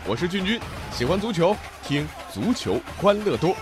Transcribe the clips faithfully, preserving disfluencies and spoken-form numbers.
我是俊君，喜欢足球，听足球欢乐多。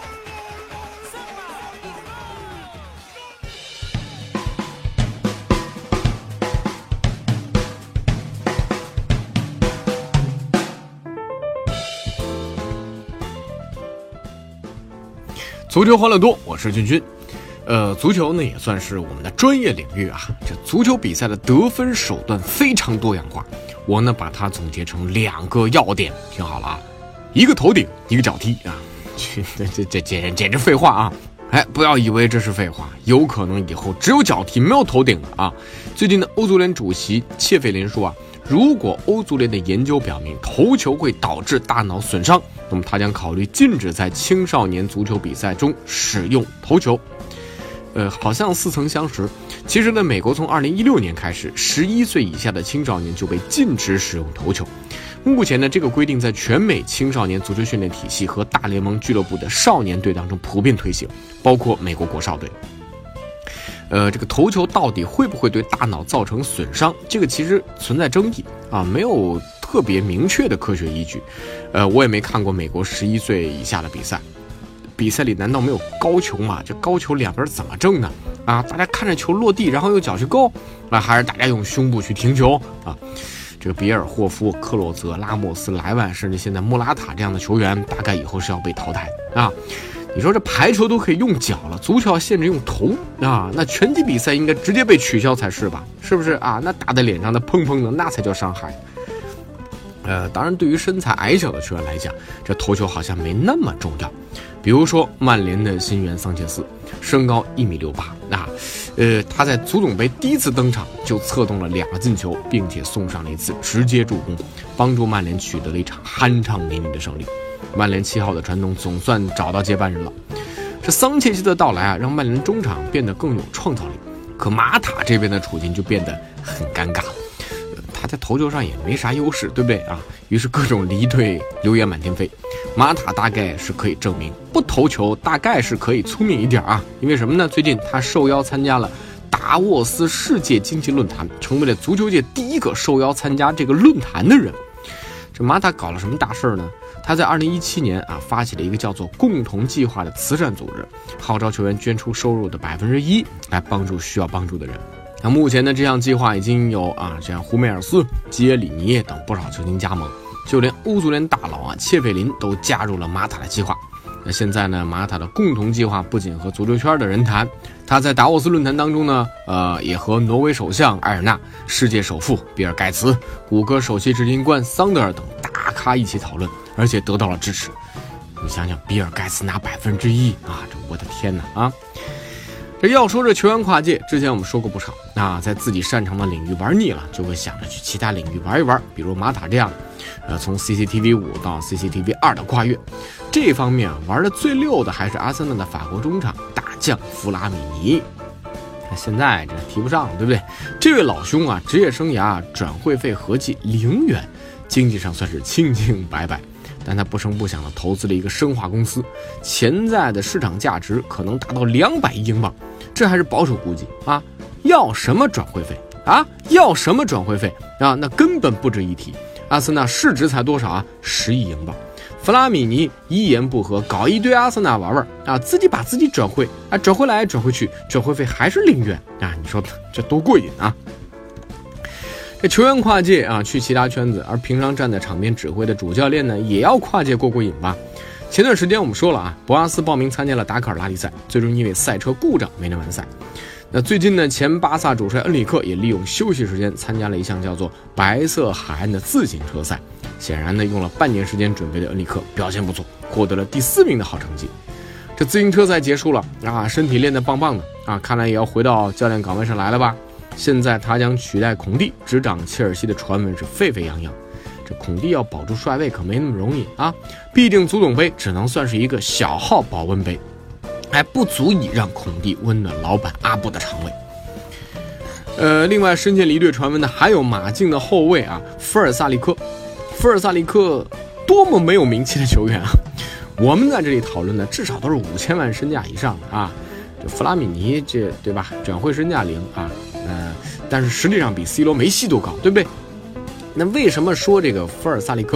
足球欢乐多，我是俊君。呃，足球呢也算是我们的专业领域啊。这足球比赛的得分手段非常多样化，我呢把它总结成两个要点，听好了啊，一个头顶，一个脚踢啊。这这这简简直废话啊！哎，不要以为这是废话，有可能以后只有脚踢没有头顶了啊。最近的欧足联主席切费林说啊，如果欧足联的研究表明头球会导致大脑损伤，那么他将考虑禁止在青少年足球比赛中使用头球。呃，好像似曾相识。其实呢，美国从二零一六年开始，十一岁以下的青少年就被禁止使用头球。目前呢，这个规定在全美青少年足球训练体系和大联盟俱乐部的少年队当中普遍推行，包括美国国少队。呃，这个头球到底会不会对大脑造成损伤？这个其实存在争议啊，没有特别明确的科学依据。呃，我也没看过美国十一岁以下的比赛。比赛里难道没有高球吗？这高球两边怎么挣呢？啊，大家看着球落地，然后用脚去够啊，还是大家用胸部去停球啊？这个比尔霍夫、克洛泽、拉莫斯、莱万，甚至现在莫拉塔这样的球员，大概以后是要被淘汰的啊！你说这排球都可以用脚了，足球要限制用头啊？那拳击比赛应该直接被取消才是吧？是不是啊？那打在脸上的砰砰的，那才叫伤害。呃，当然，对于身材矮小的球员来讲，这头球好像没那么重要。比如说曼联的新援桑切斯，身高一米六八，啊，呃，他在足总杯第一次登场就策动了两个进球，并且送上了一次直接助攻，帮助曼联取得了一场酣畅淋漓的胜利。曼联七号的传统总算找到接班人了。这桑切斯的到来啊，让曼联中场变得更有创造力，可马塔这边的处境就变得很尴尬。他在头球上也没啥优势，对不对啊？于是各种离队流言满天飞。马塔大概是可以证明，不投球大概是可以聪明一点啊。因为什么呢？最近他受邀参加了达沃斯世界经济论坛，成为了足球界第一个受邀参加这个论坛的人。这马塔搞了什么大事呢？他在二零一七年啊发起了一个叫做共同计划的慈善组织，号召球员捐出收入的百分之一来帮助需要帮助的人。那目前的这项计划已经有啊，像胡梅尔斯、基耶里尼等不少球星加盟，就连欧足联大佬啊切费林都加入了马塔的计划。那现在呢，马塔的共同计划不仅和足球圈的人谈，他在达沃斯论坛当中呢，呃，也和挪威首相埃尔纳、世界首富比尔盖茨、谷歌首席执行官桑德尔等大咖一起讨论，而且得到了支持。你想想，比尔盖茨拿百分之一啊，这我的天哪啊！这要说这球员跨界，之前我们说过不少啊，在自己擅长的领域玩腻了，就会想着去其他领域玩一玩，比如马塔这样，呃，从 C C T V 五到 C C T V 二的跨越。这方面啊，玩的最溜的还是阿森纳的法国中场大将弗拉米尼。现在这提不上，对不对？这位老兄啊，职业生涯转会费合计零元，经济上算是清清白白。但他不声不响地投资了一个生化公司，潜在的市场价值可能达到两百亿英镑，这还是保守估计啊！要什么转会费啊？要什么转会费啊？那根本不值一提。阿森纳市值才多少啊？十亿英镑。弗拉米尼一言不合搞一堆阿森纳玩玩啊，自己把自己转会啊，转回来转回去，转会费还是零元啊！你说这多过瘾啊！这球员跨界啊，去其他圈子，而平常站在场边指挥的主教练呢，也要跨界过过瘾吧。前段时间我们说了啊，博阿斯报名参加了达喀尔拉力赛，最终因为赛车故障没能完赛。那最近呢，前巴萨主帅恩里克也利用休息时间参加了一项叫做白色海岸的自行车赛。显然呢，用了半年时间准备的恩里克表现不错，获得了第四名的好成绩。这自行车赛结束了啊，身体练得棒棒的啊，看来也要回到教练岗位上来了吧。现在他将取代孔蒂执掌切尔西的传闻是沸沸扬扬，这孔蒂要保住帅位可没那么容易啊！毕竟足总杯只能算是一个小号保温杯，还不足以让孔蒂温暖老板阿布的肠胃。呃，另外深陷离队传闻的还有马竞的后卫啊，菲尔萨利科。菲尔萨利科多么没有名气的球员啊！我们在这里讨论的至少都是五千万身价以上的啊。这弗拉米尼这对吧？转会身价零啊。呃，但是实力上比 C 罗、梅西都高，对不对？那为什么说这个菲尔萨利科呢？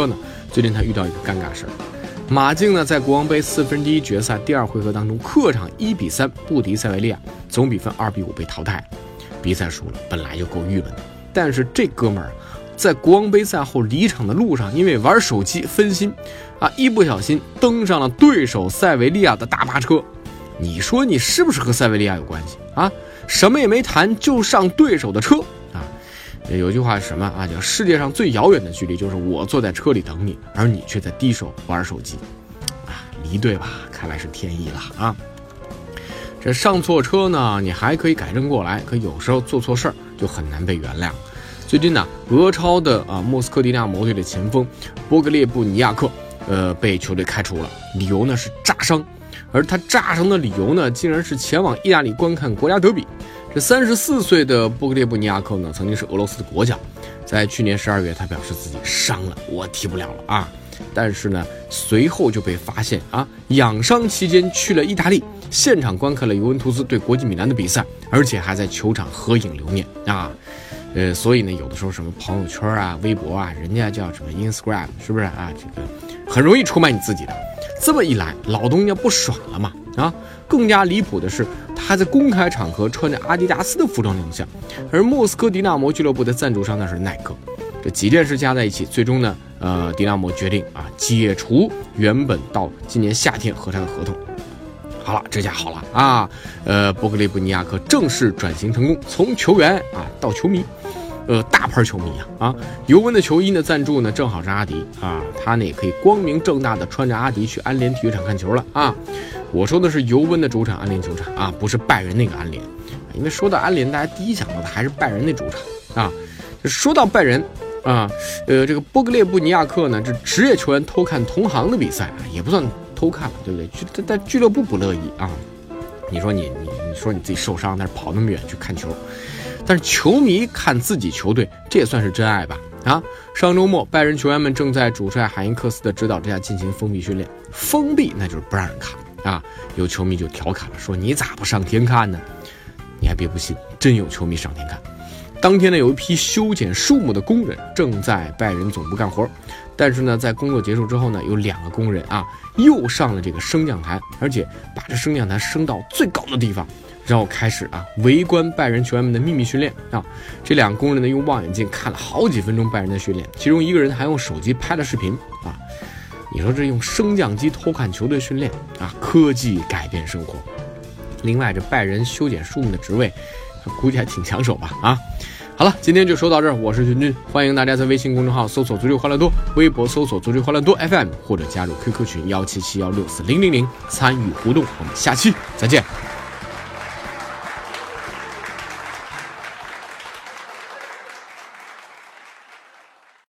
最近他遇到一个尴尬事儿，马竞呢在国王杯四分之一决赛第二回合当中，客场一比三不敌塞维利亚，总比分二比五被淘汰。比赛输了，本来就够郁闷的，但是这哥们儿在国王杯赛后离场的路上，因为玩手机分心啊，一不小心登上了对手塞维利亚的大巴车。你说你是不是和塞维利亚有关系啊？什么也没谈就上对手的车啊！有句话是什么啊？叫世界上最遥远的距离就是我坐在车里等你，而你却在低手玩手机啊！离队吧，看来是天意了啊！这上错车呢，你还可以改正过来，可有时候做错事儿就很难被原谅。最近呢，俄超的啊莫斯科迪纳摩队的前锋波格列布尼亚克，呃，被球队开除了，理由呢是炸伤，而他炸伤的理由呢，竟然是前往意大利观看国家德比。这三十四岁的波格列布尼亚克呢，曾经是俄罗斯的国脚，在去年十二月，他表示自己伤了，我踢不了了啊。但是呢，随后就被发现啊，养伤期间去了意大利，现场观看了尤文图斯对国际米兰的比赛，而且还在球场合影留念啊。呃，所以呢，有的时候什么朋友圈啊、微博啊，人家叫什么 Instagram， 是不是啊？这个很容易出卖你自己的。这么一来，老东家不爽了嘛？啊，更加离谱的是，他还在公开场合穿着阿迪达斯的服装亮相，而莫斯科迪纳摩俱乐部的赞助商那是耐克。这几件事加在一起，最终呢，呃，迪纳摩决定啊解除原本到今年夏天和他的合同。好了，这下好了啊，呃，波格列布尼亚克正式转型成功，从球员啊到球迷，呃，大牌球迷啊啊，尤文的球衣呢赞助呢正好是阿迪啊，他呢也可以光明正大的穿着阿迪去安联体育场看球了啊。我说的是尤文的主场安联球场啊，不是拜仁那个安联，因为说到安联，大家第一想到的还是拜仁那主场啊。说到拜仁。啊，呃，这个波格列布尼亚克呢，这职业球员偷看同行的比赛啊，也不算偷看了，对不对？但但俱乐部不乐意啊。你说你你你说你自己受伤，但是跑那么远去看球，但是球迷看自己球队，这也算是真爱吧？啊，上周末拜仁球员们正在主帅海因克斯的指导之下进行封闭训练，封闭那就是不让人看啊。有球迷就调侃了，说你咋不上天看呢？你还别不信，真有球迷上天看。当天呢，有一批修剪树木的工人正在拜仁总部干活，但是呢，在工作结束之后呢，有两个工人啊又上了这个升降台，而且把这升降台升到最高的地方，然后开始啊围观拜仁球员们的秘密训练啊。这两个工人呢用望远镜看了好几分钟拜仁的训练，其中一个人还用手机拍了视频啊。你说这用升降机偷看球队训练啊，科技改变生活。另外，这拜仁修剪树木的职位，估计还挺抢手吧啊。好了，今天就说到这儿，我是君君，欢迎大家在微信公众号搜索足球欢乐多，微博搜索足球欢乐多 F M， 或者加入 Q Q 群幺七七幺六四零零零参与互动，我们下期再见。